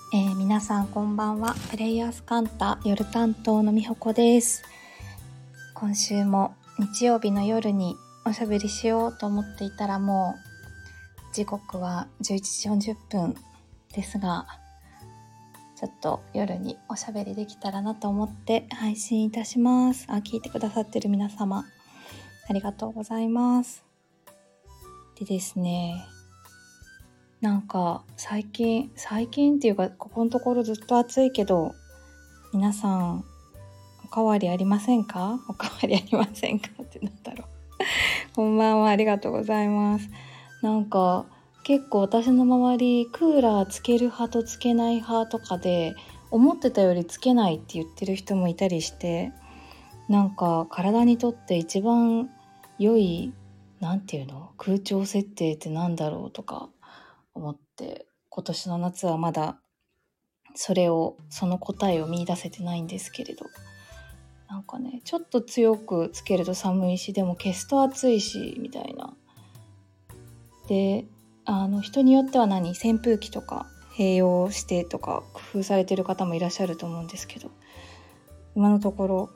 皆さんこんばんは。プレイヤースカンタ夜担当のみほこです。今週も日曜日の夜におしゃべりしようと思っていたら、もう時刻は11時40分ですが、ちょっと夜におしゃべりできたらなと思って配信いたします。聞いてくださってる皆様ありがとうございます。でですね、なんか最近っていうか、ここのところずっと暑いけど、皆さんおかわりありませんか？おかわりありませんかってなんだろうこんばんは、ありがとうございます。なんか結構私の周り、クーラーつける派とつけない派とかで、思ってたよりつけないって言ってる人もいたりして、なんか体にとって一番良い、なんていうの、空調設定ってなんだろうとか思って、今年の夏はまだその答えを見出せてないんですけれど、なんかね、ちょっと強くつけると寒いし、でも消すと暑いしみたいな。で、人によっては扇風機とか併用してとか工夫されてる方もいらっしゃると思うんですけど、今のところ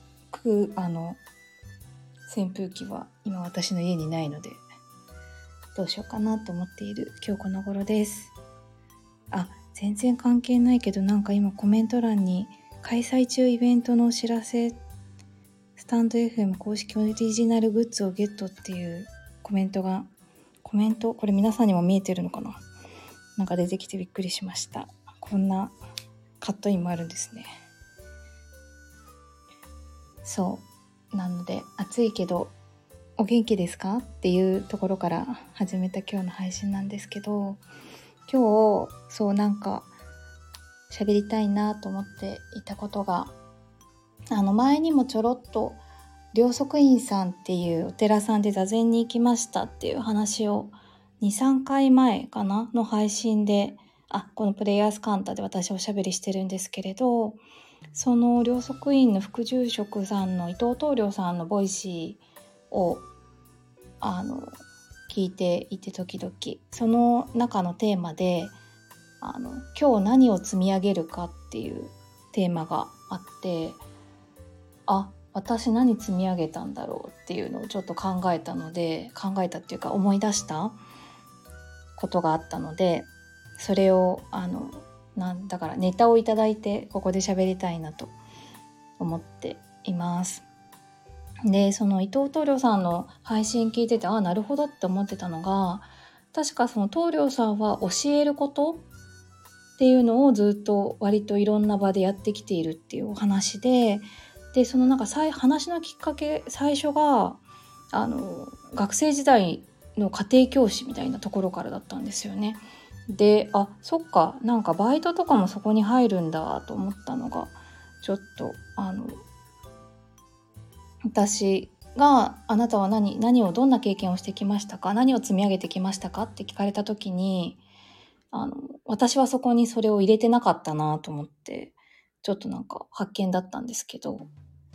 扇風機は今私の家にないので、どうしようかなと思っている今日この頃です。全然関係ないけど、なんか今コメント欄に開催中イベントのお知らせ、スタンド FM 公式オリジナルグッズをゲットっていうコメント、これ皆さんにも見えてるのかな、なんか出てきてびっくりしました。こんなカットインもあるんですね。そうなので、暑いけどお元気ですかっていうところから始めた今日の配信なんですけど、今日なんか喋りたいなと思っていたことが、前にもちょろっと両足院さんっていうお寺さんで座禅に行きましたっていう話を 2,3 回前かなの配信で、このプレイヤースカンタで私おしゃべりしてるんですけれど、その両足院の副住職さんの伊藤東良さんのボイシーを聞いていて、時々その中のテーマで今日何を積み上げるかっていうテーマがあって、私何積み上げたんだろうっていうのをちょっと考えたっていうか思い出したことがあったので、それをだからネタをいただいてここで喋りたいなと思っています。で、その伊藤東良さんの配信聞いてて、なるほどって思ってたのが、確かその東良さんは教えることっていうのをずっと割といろんな場でやってきているっていうお話で、その話のきっかけ、最初が学生時代の家庭教師みたいなところからだったんですよね。で、そっか、なんかバイトとかもそこに入るんだと思ったのが、ちょっと私があなたは何をどんな経験をしてきましたか、何を積み上げてきましたかって聞かれた時に、私はそこにそれを入れてなかったなと思って、ちょっとなんか発見だったんですけど、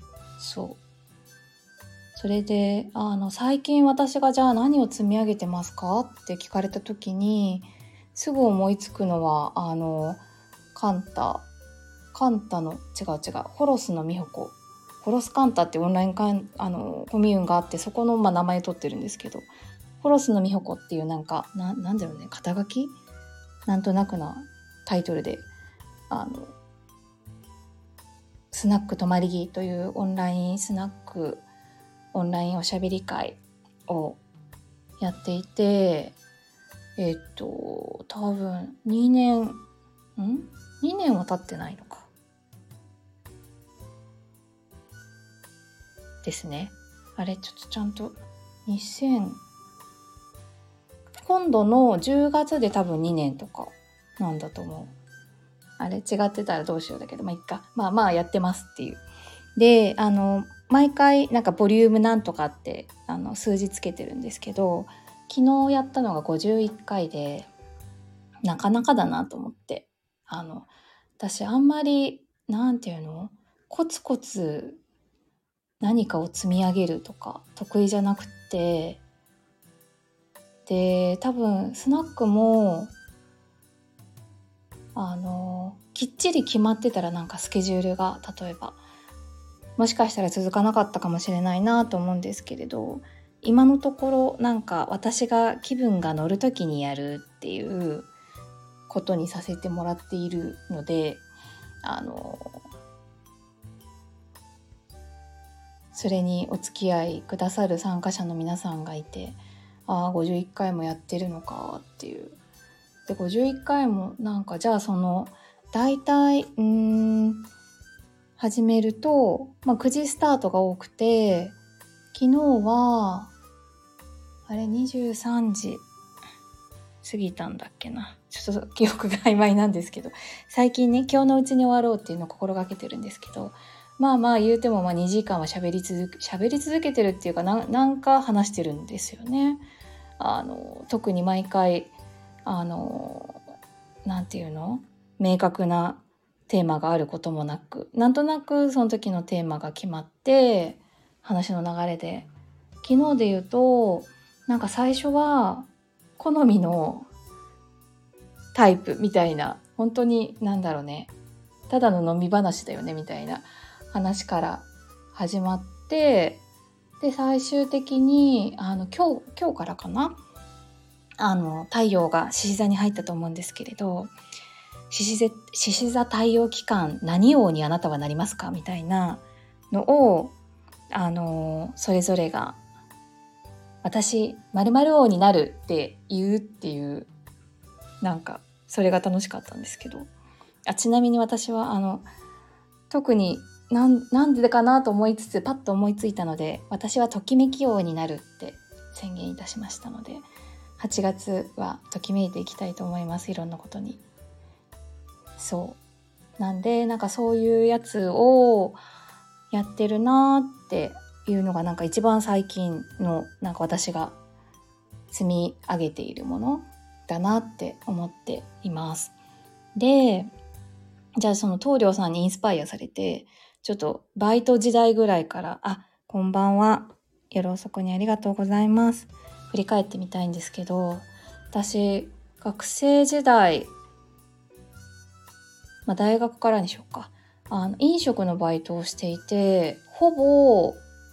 それで最近私がじゃあ何を積み上げてますかって聞かれた時に、すぐ思いつくのはカンタのホロスの美穂子、ホロスカンタってオンラインコミューンがあって、そこの名前取ってるんですけど、ホロスの美穂子っていうなんだろうね、肩書きなんとなくなタイトルでスナック泊まり木というオンラインおしゃべり会をやっていて、多分2年は経ってないのかですね。ちょっとちゃんと今度の10月で多分2年とかなんだと思う。違ってたらどうしようだけど、いっか。まあやってますっていう。で、毎回なんかボリュームなんとかって数字つけてるんですけど、昨日やったのが51回で、なかなかだなと思って、私あんまりコツコツ何かを積み上げるとか得意じゃなくて、で多分スナックもきっちり決まってたらなんかスケジュールが例えばもしかしたら続かなかったかもしれないなと思うんですけれど、今のところなんか私が気分が乗る時にやるっていうことにさせてもらっているので、それにお付き合いくださる参加者の皆さんがいて、51回もやってるのかっていう。で51回もなんか、じゃあその大体始めると、9時スタートが多くて、昨日は23時過ぎたんだっけな、ちょっと記憶が曖昧なんですけど、最近ね、今日のうちに終わろうっていうのを心がけてるんですけど、言うても2時間は喋り続けてるっていうか、なんか話してるんですよね。特に毎回なんていうの、明確なテーマがあることもなく、なんとなくその時のテーマが決まって話の流れで、昨日で言うとなんか最初は好みのタイプみたいな、本当になんだろうね、ただの飲み話だよねみたいな話から始まって、で最終的に今日からかな、太陽が獅子座に入ったと思うんですけれど、獅子座太陽期間何王にあなたはなりますかみたいなのをそれぞれが私〇〇王になるって言うっていう、なんかそれが楽しかったんですけど、ちなみに私は特になんでかなと思いつつパッと思いついたので、私はときめき王になるって宣言いたしましたので、8月はときめいていきたいと思います。いろんなことに。そうなんで、なんかそういうやつをやってるなっていうのが、なんか一番最近のなんか私が積み上げているものだなって思っています。で、じゃあその棟梁さんにインスパイアされて、ちょっとバイト時代ぐらいから、こんばんは、夜遅くにありがとうございます、振り返ってみたいんですけど、私学生時代、大学からにしようか、飲食のバイトをしていて、ほぼ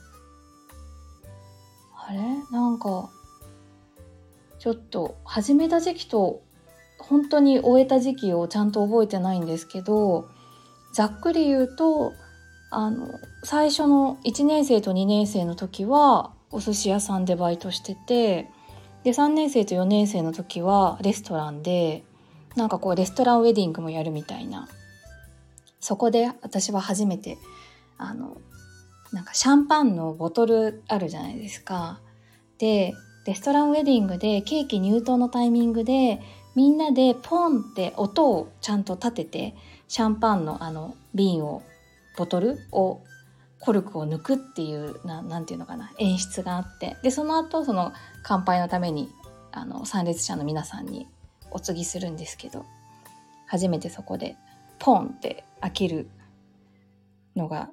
なんかちょっと始めた時期と本当に終えた時期をちゃんと覚えてないんですけど、ざっくり言うと最初の1年生と2年生の時はお寿司屋さんでバイトしてて、で3年生と4年生の時はレストランで、なんかこうレストランウェディングもやるみたいな、そこで私は初めてなんかシャンパンのボトルあるじゃないですか。でレストランウェディングでケーキ入刀のタイミングでみんなでポンって音をちゃんと立てて、シャンパンの瓶を、ボトルを、コルクを抜くっていうなんていうのかな、演出があって、でその後その乾杯のために参列者の皆さんにお継ぎするんですけど、初めてそこでポンって開けるのが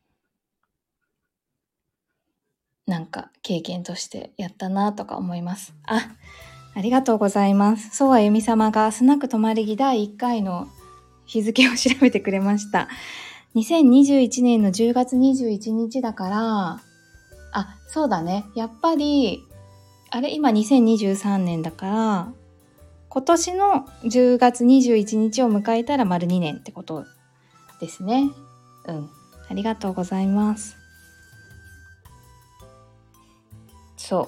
なんか経験としてやったなとか思います。ありがとうございます。そうはゆみ様がスナック泊まり木第1回の日付を調べてくれました。2021年の10月21日だから、そうだね。やっぱり、今2023年だから、今年の10月21日を迎えたら丸2年ってことですね。ありがとうございます。そう。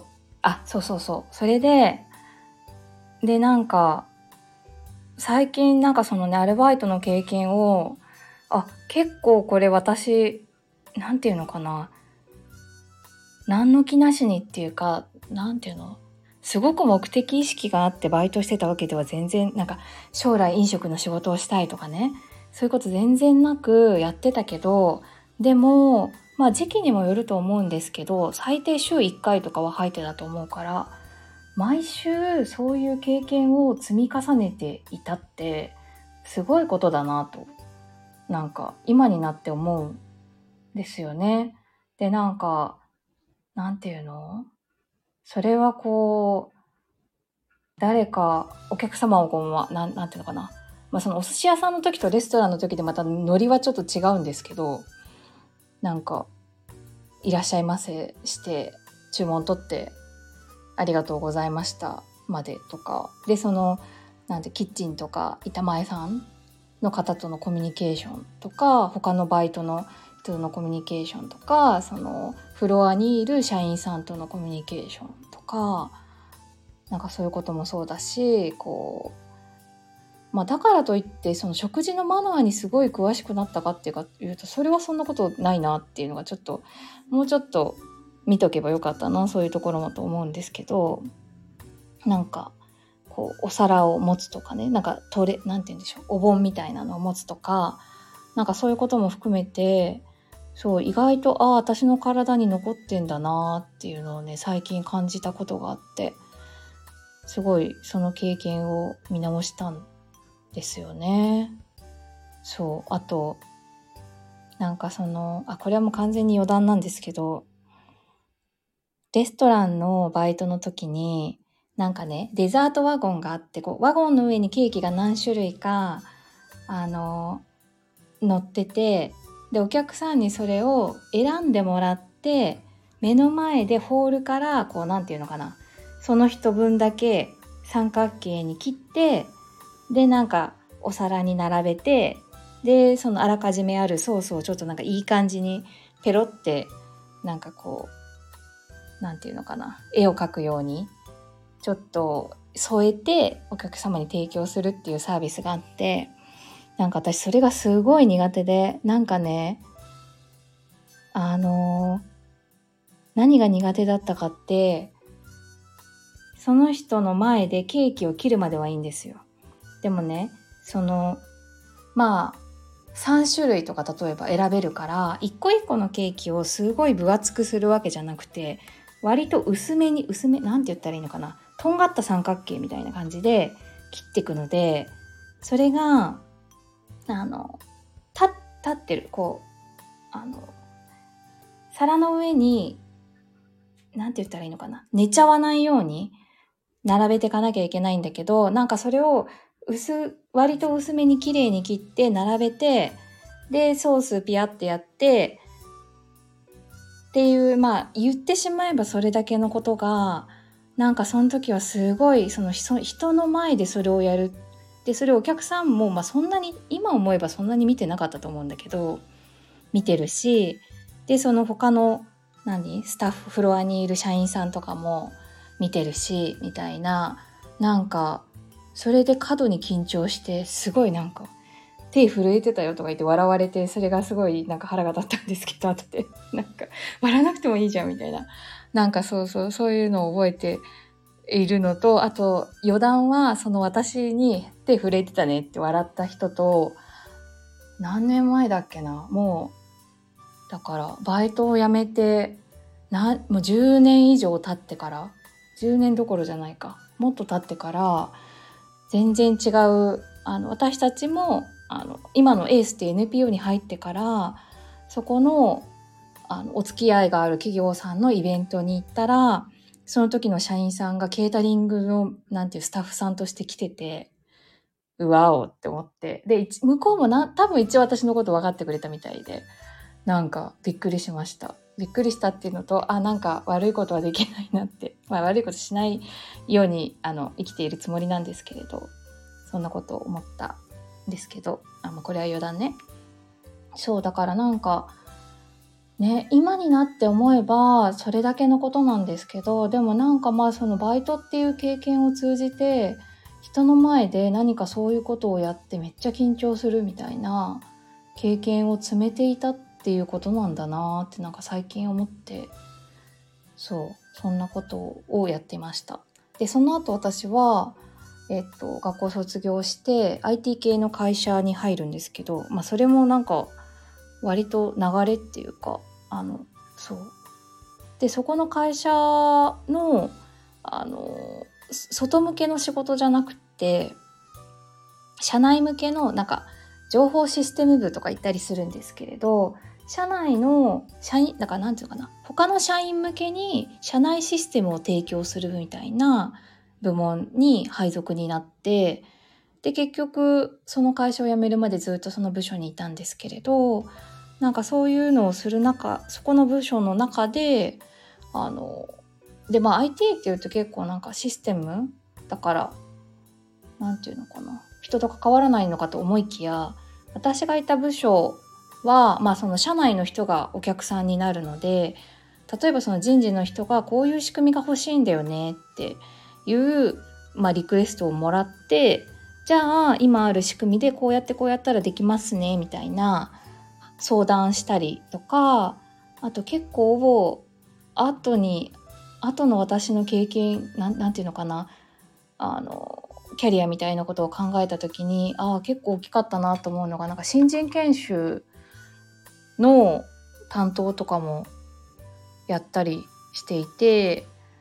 それでなんか最近なんかそのね、アルバイトの経験を結構これ私なんていうのかな、何の気なしにっていうか、なんていうの、すごく目的意識があってバイトしてたわけでは全然、なんか将来飲食の仕事をしたいとかね、そういうこと全然なくやってたけど、でも時期にもよると思うんですけど、最低週1回とかは入ってたと思うから、毎週そういう経験を積み重ねていたってすごいことだなと、なんか今になって思うんですよね。でなんかなんていうの、それはこう誰かお客様をなんていうのかな、 そのお寿司屋さんの時とレストランの時でまたノリはちょっと違うんですけど、なんかいらっしゃいませして注文取ってありがとうございましたまでとかで、そのなんてキッチンとか板前さんの方とのコミュニケーションとか、他のバイトの人とのコミュニケーションとか、そのフロアにいる社員さんとのコミュニケーションとか、なんかそういうこともそうだし、こうだからといってその食事のマナーにすごい詳しくなったかっていうと、それはそんなことないなっていうのが、ちょっともうちょっと見とけばよかったな、そういうところもと思うんですけど、なんかこうお皿を持つとかね、なんかなんて言うんでしょう、お盆みたいなのを持つとか、なんかそういうことも含めて、そう意外と私の体に残ってんだなっていうのをね、最近感じたことがあって、すごいその経験を見直したんですよね。そう、あとなんかこれはもう完全に余談なんですけど、レストランのバイトの時になんかね、デザートワゴンがあって、こうワゴンの上にケーキが何種類か乗ってて、でお客さんにそれを選んでもらって、目の前でホールからこうなんていうのかな、その人分だけ三角形に切って、でなんかお皿に並べて、でそのあらかじめあるソースをちょっとなんかいい感じにペロってなんかこうなんていうのかな、絵を描くようにちょっと添えてお客様に提供するっていうサービスがあって、なんか私それがすごい苦手で、なんかね、何が苦手だったかって、その人の前でケーキを切るまではいいんですよ。でもね、3種類とか例えば選べるから、一個一個のケーキをすごい分厚くするわけじゃなくて、割と薄め、なんて言ったらいいのかな、とんがった三角形みたいな感じで切っていくので、それが立ってる、こう皿の上になんて言ったらいいのかな、寝ちゃわないように並べていかなきゃいけないんだけど、なんかそれを割と薄めに綺麗に切って並べて、でソースピヤってやってっていう、言ってしまえばそれだけのことが、なんかその時はすごいその人の前でそれをやる。でそれをお客さんもそんなに、今思えばそんなに見てなかったと思うんだけど、見てるし、でその他のスタッフ、フロアにいる社員さんとかも見てるしみたいな、なんかそれで過度に緊張して、すごいなんか手震えてたよとか言って笑われて、それがすごいなんか腹が立ったんですけど、後でなんか笑わなくてもいいじゃんみたいな、なんかそういうのを覚えているのと、あと余談は、その私に手震えてたねって笑った人と、何年前だっけな、もうだからバイトを辞めてもう10年以上経ってから、10年どころじゃないか、もっと経ってから、全然違う私たちも今のエースって NPO に入ってから、そこのお付き合いがある企業さんのイベントに行ったら、その時の社員さんがケータリングのなんていうスタッフさんとして来てて、うわおって思って、で向こうも多分一応私のこと分かってくれたみたいで、なんかびっくりしました。びっくりしたっていうのと、なんか悪いことはできないなって、悪いことしないように生きているつもりなんですけれど、そんなことを思ったんですけど、これは余談ね。そうだからなんかね、今になって思えばそれだけのことなんですけど、でもなんかそのバイトっていう経験を通じて、人の前で何かそういうことをやってめっちゃ緊張するみたいな経験を積めていたっていうことなんだなってなんか最近思って、そんなことをやっていました。でその後私は学校卒業して IT 系の会社に入るんですけど、それもなんか割と流れっていうか、でそこの会社の外向けの仕事じゃなくて、社内向けのなんか情報システム部とか行ったりするんですけれど、社内の社員だから、なんていうかな、他の社員向けに社内システムを提供するみたいな部門に配属になって、 で結局その会社を辞めるまでずっとその部署にいたんですけれど、なんかそういうのをする中、そこの部署の中でIT っていうと結構なんかシステムだからなんていうのかな、人と関わらないのかと思いきや、私がいた部署はその社内の人がお客さんになるので、例えばその人事の人がこういう仕組みが欲しいんだよねっていう、リクエストをもらって、じゃあ今ある仕組みでこうやったらできますねみたいな相談したりとか、あと結構後の私の経験なんていうのかな、キャリアみたいなことを考えた時に結構大きかったなと思うのが、なんか新人研修の担当とかもやったりしていて、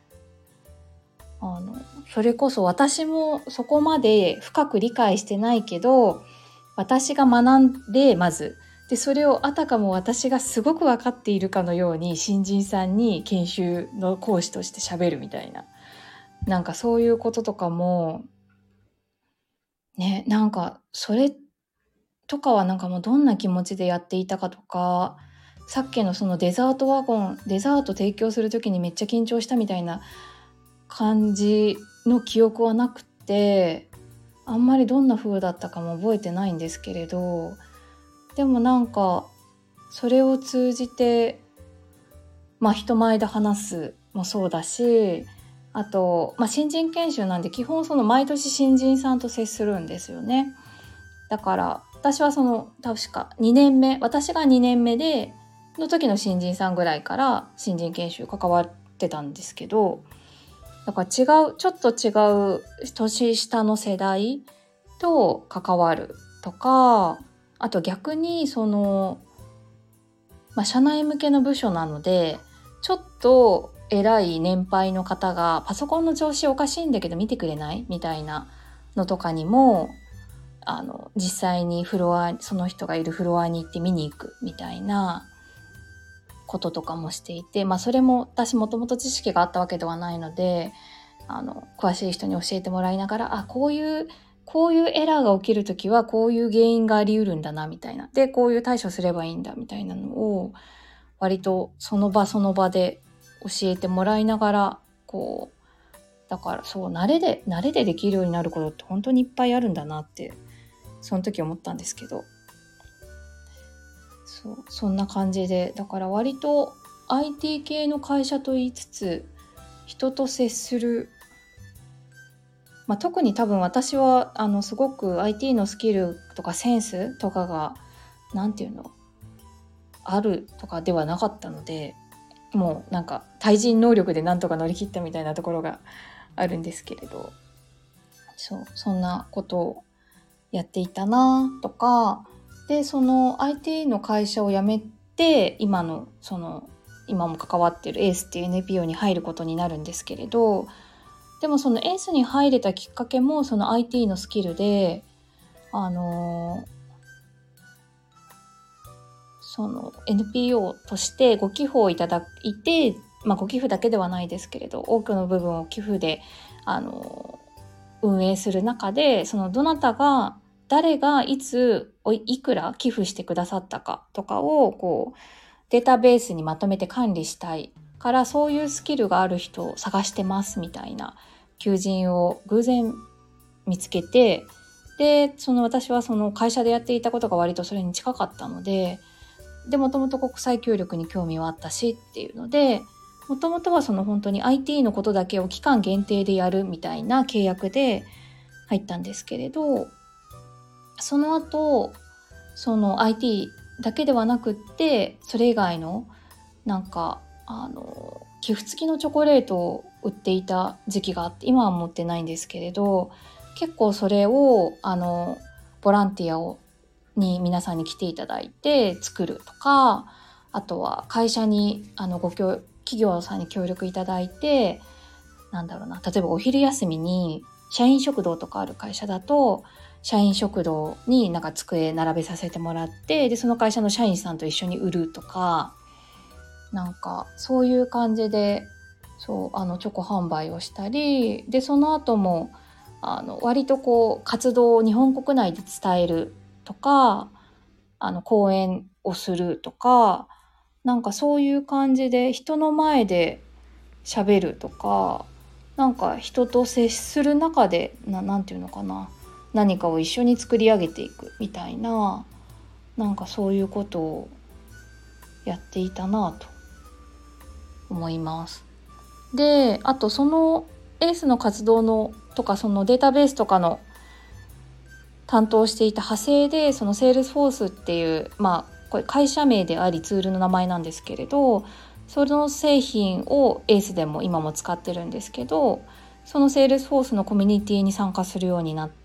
それこそ私もそこまで深く理解してないけど、私が学んででそれをあたかも私がすごく分かっているかのように新人さんに研修の講師として喋るみたいな、なんかそういうこととかもね、なんかそれとかはなんかもうどんな気持ちでやっていたかとか、さっきのそのデザート提供する時にめっちゃ緊張したみたいな感じの記憶はなくて、あんまりどんな風だったかも覚えてないんですけれど、でもなんかそれを通じて人前で話すもそうだし、あと、新人研修なんで基本その毎年新人さんと接するんですよね。だから私はその確か私が2年目での時の新人さんぐらいから新人研修関わってたんですけど、だからちょっと違う年下の世代と関わるとか、あと逆にその、社内向けの部署なので、ちょっと偉い年配の方がパソコンの調子おかしいんだけど見てくれないみたいなのとかにも、実際にその人がいるフロアに行って見に行くみたいなこととかもしていて、それも私もともと知識があったわけではないので、詳しい人に教えてもらいながら、こういうエラーが起きるときはこういう原因があり得るんだなみたいな、でこういう対処すればいいんだみたいなのを割とその場その場で教えてもらいながら、だからそう慣れでできるようになることって本当にいっぱいあるんだなってその時思ったんですけど、そんな感じで、だから割と IT 系の会社と言いつつ人と接する、特に多分私はすごく IT のスキルとかセンスとかがあるとかではなかったので、もうなんか対人能力でなんとか乗り切ったみたいなところがあるんですけれど、そんなことをやっていたなとかで、その IT の会社を辞めて今も関わっているエースっていう NPO に入ることになるんですけれど、でもそのエースに入れたきっかけもその IT のスキルで、その NPO としてご寄付をいただいて、ご寄付だけではないですけれど多くの部分を寄付で運営する中で、その誰がいついくら寄付してくださったかとかをデータベースにまとめて管理したいから、そういうスキルがある人を探してますみたいな求人を偶然見つけて、で私はその会社でやっていたことが割とそれに近かったので、もともと国際協力に興味はあったしっていうので、もともとはその本当に IT のことだけを期間限定でやるみたいな契約で入ったんですけれど、その後その IT だけではなくってそれ以外の寄付付きのチョコレートを売っていた時期があって、今は持ってないんですけれど、結構それをボランティアに皆さんに来ていただいて作るとか、あとは会社に企業さんに協力いただいて、例えばお昼休みに社員食堂とかある会社だと、社員食堂に机並べさせてもらって、でその会社の社員さんと一緒に売るとか、そういう感じでチョコ販売をしたり、でその後も割とこう活動を日本国内で伝えるとか、講演をするとか、なんかそういう感じで人の前で喋るとか、なんか人と接する中でなんていうのかな、何かを一緒に作り上げていくみたいな、なんかそういうことをやっていたなと思います。で、あとそのエースの活動のとか、そのデータベースとかの担当していた派生で、そのセールスフォースっていう、これ会社名でありツールの名前なんですけれど、その製品をエースでも今も使ってるんですけど、そのセールスフォースのコミュニティに参加するようになって、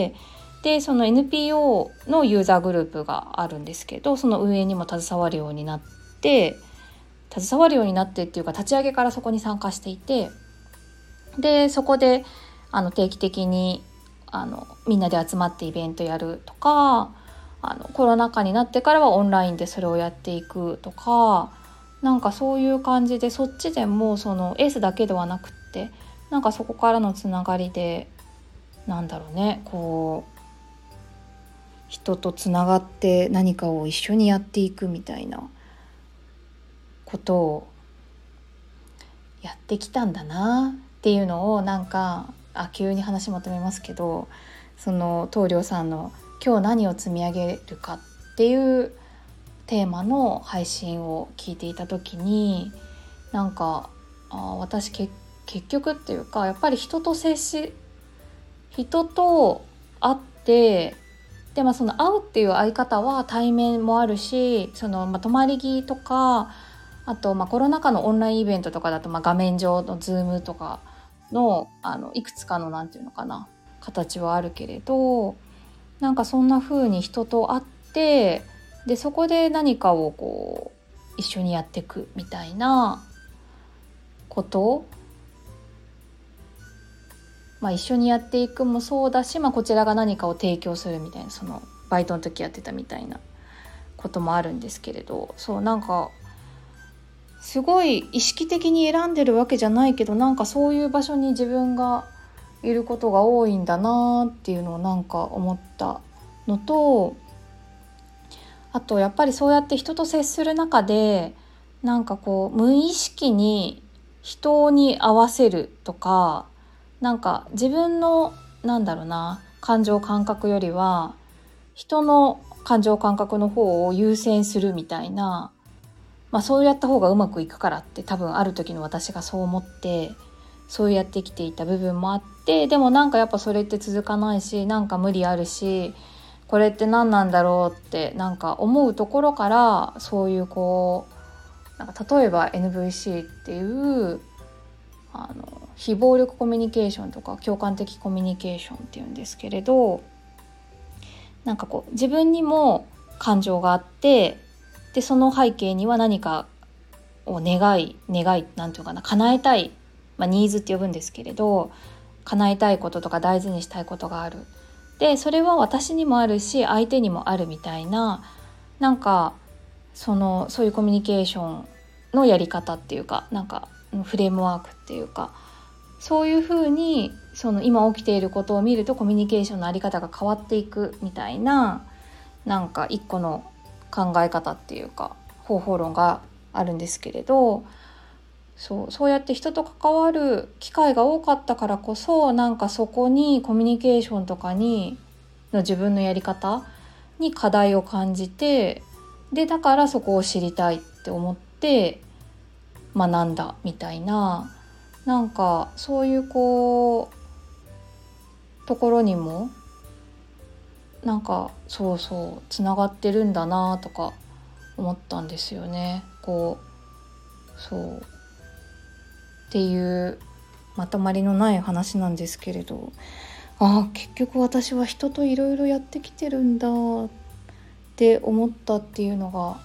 でその NPO のユーザーグループがあるんですけど、その運営にも携わるようになってっていうか、立ち上げからそこに参加していて、でそこで定期的にみんなで集まってイベントやるとか、コロナ禍になってからはオンラインでそれをやっていくとか、なんかそういう感じで、そっちでもそのエースだけではなくって、なんかそこからのつながりで、なんだろうね、こう人とつながって何かを一緒にやっていくみたいなことをやってきたんだなっていうのを、なんか急に話まとめますけど、その棟梁さんの今日何を積み上げるかっていうテーマの配信を聞いていた時に、なんか私結局っていうか、やっぱり人と会ってで、その会うっていう会い方は対面もあるし、その、泊まり木とか、あとコロナ禍のオンラインイベントとかだと、画面上のズームとかのいくつかのなんていうのかな、形はあるけれど、なんかそんな風に人と会って、でそこで何かをこう一緒にやっていくみたいなこと、一緒にやっていくもそうだし、こちらが何かを提供するみたいな、そのバイトの時やってたみたいなこともあるんですけれど、そう、なんかすごい意識的に選んでるわけじゃないけど、なんかそういう場所に自分がいることが多いんだなっていうのをなんか思ったのと、あとやっぱりそうやって人と接する中で、なんかこう無意識に人に合わせるとか、なんか自分の感情感覚よりは人の感情感覚の方を優先するみたいな、そうやった方がうまくいくからって、多分ある時の私がそう思ってそうやってきていた部分もあって、でもなんかやっぱそれって続かないし、なんか無理あるし、これって何なんだろうってなんか思うところから、そういうこうなんか例えば NVC っていう非暴力コミュニケーションとか共感的コミュニケーションっていうんですけれど、なんかこう自分にも感情があって、でその背景には何かを願いなんていうかな、叶えたい、ニーズって呼ぶんですけれど、叶えたいこととか大事にしたいことがある。でそれは私にもあるし相手にもあるみたいな、なんかそういうコミュニケーションのやり方っていうか、なんかフレームワークっていうか、そういうふうにその今起きていることを見るとコミュニケーションのあり方が変わっていくみたいな、なんか一個の考え方っていうか方法論があるんですけれど、そうやって人と関わる機会が多かったからこそ、なんかそこにコミュニケーションとかにの自分のやり方に課題を感じて、でだからそこを知りたいって思って学んだみたいな、なんかそういうこうところにもなんかつながってるんだなとか思ったんですよね。っていうまとまりのない話なんですけれど、結局私は人といろいろやってきてるんだって思ったっていうのが、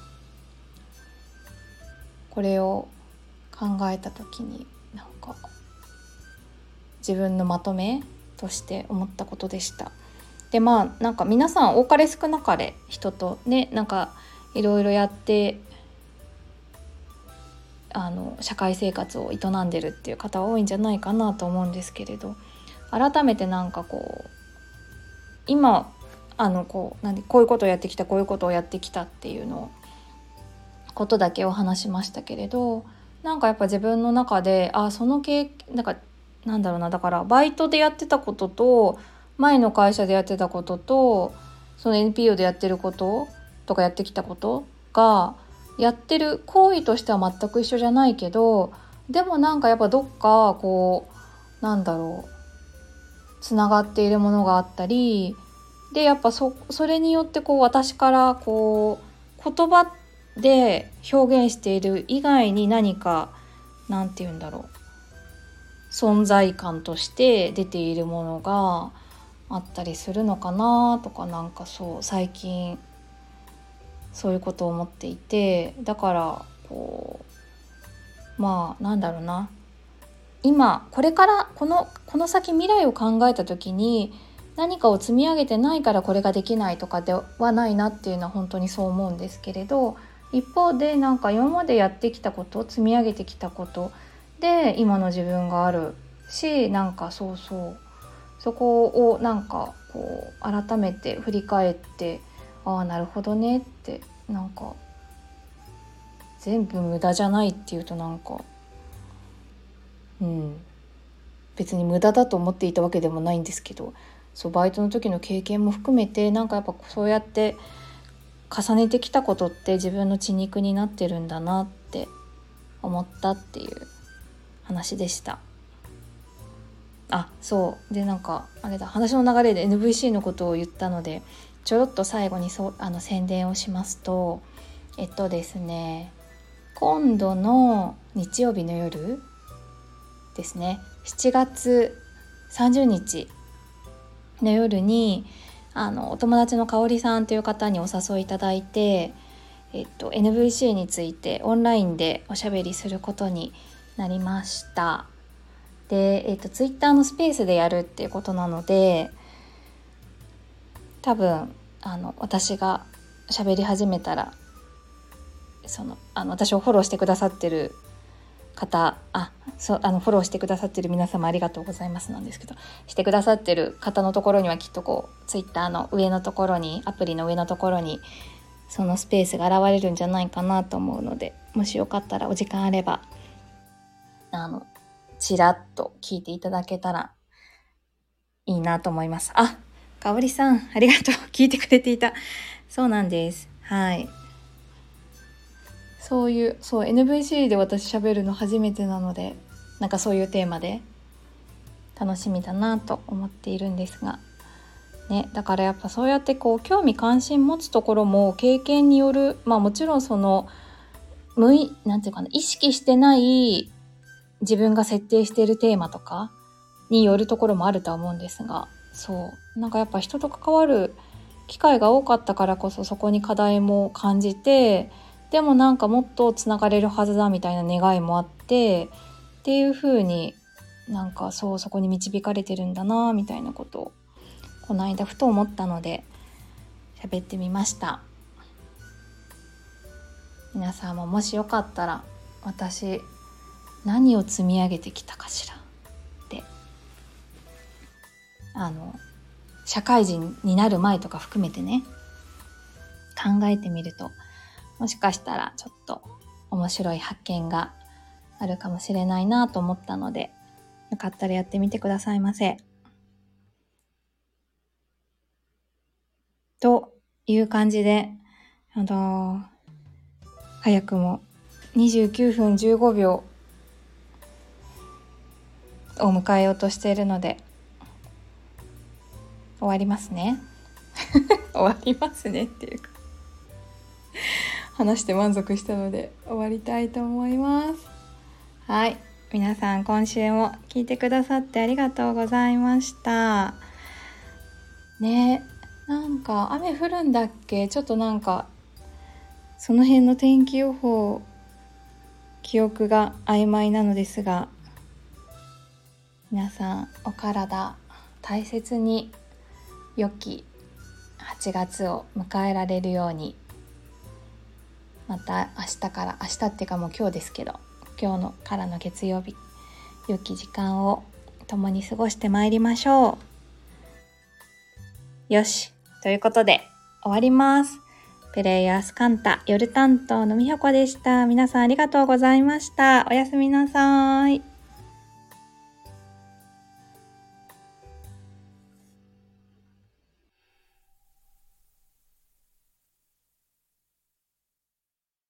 これを考えた時になんか自分のまとめとして思ったことでした。でなんか皆さん多かれ少なかれ人とね、なんかいろいろやって社会生活を営んでるっていう方は多いんじゃないかなと思うんですけれど、 改めてなんか今こういうことをやってきた、こういうことをやってきたっていうのをことだけを話しましたけれど、なんかやっぱ自分の中でその経験だからバイトでやってたことと前の会社でやってたこととその NPO でやってることとかやってきたことがやってる行為としては全く一緒じゃないけど、でもなんかやっぱどっかつながっているものがあったりで、やっぱそれによって私から言葉で表現している以外に何か存在感として出ているものがあったりするのかなとか、最近そういうことを思っていて、だから今これからこの先未来を考えた時に何かを積み上げてないからこれができないとかではないなっていうのは本当にそう思うんですけれど、一方で今までやってきたこと、積み上げてきたことで今の自分があるし、そこを改めて振り返って、なるほどねって、全部無駄じゃないっていうと別に無駄だと思っていたわけでもないんですけど、バイトの時の経験も含めてやっぱそうやって重ねてきたことって自分の血肉になってるんだなって思ったっていう話でした。で話の流れで NVC のことを言ったのでちょろっと最後に宣伝をしますと、ですね、今度の日曜日の夜ですね、7月30日の夜にお友達の香織さんという方にお誘いいただいて、NVC についてオンラインでおしゃべりすることになりました。で、Twitter のスペースでやるっていうことなので、多分私が喋り始めたら私をフォローしてくださってる方フォローしてくださってる皆様ありがとうございますなんですけど、してくださってる方のところにはきっとTwitter の上のところに、アプリの上のところにそのスペースが現れるんじゃないかなと思うので、もしよかったらお時間あればちらっと聞いていただけたらいいなと思います。かおりさんありがとう、聞いてくれていた。そうなんです。はい、NVC で私喋るの初めてなので、そういうテーマで楽しみだなと思っているんですがね。だからやっぱそうやって興味関心持つところも経験による、もちろん意識してない自分が設定しているテーマとかによるところもあるとは思うんですが、やっぱ人と関わる機会が多かったからこそそこに課題も感じて、でももっとつながれるはずだみたいな願いもあってっていう風にそこに導かれてるんだなみたいなことをこの間ふと思ったので喋ってみました。皆さんももしよかったら、私何を積み上げてきたかしらって社会人になる前とか含めてね、考えてみるともしかしたらちょっと面白い発見があるかもしれないなと思ったので、よかったらやってみてくださいませ。という感じで、早くも29分15秒を迎えようとしているので終わりますね終わりますねっていうか話して満足したので終わりたいと思います。はい、皆さん今週も聞いてくださってありがとうございましたね。雨降るんだっけ、ちょっとその辺の天気予報記憶が曖昧なのですが、皆さんお体大切に良き8月を迎えられるように、また明日っていうかもう今日ですけど、今日からの月曜日良き時間を共に過ごしてまいりましょう。よし、ということで終わります。プレイヤースカンタ夜担当のみほこでした。皆さんありがとうございました。おやすみなさい。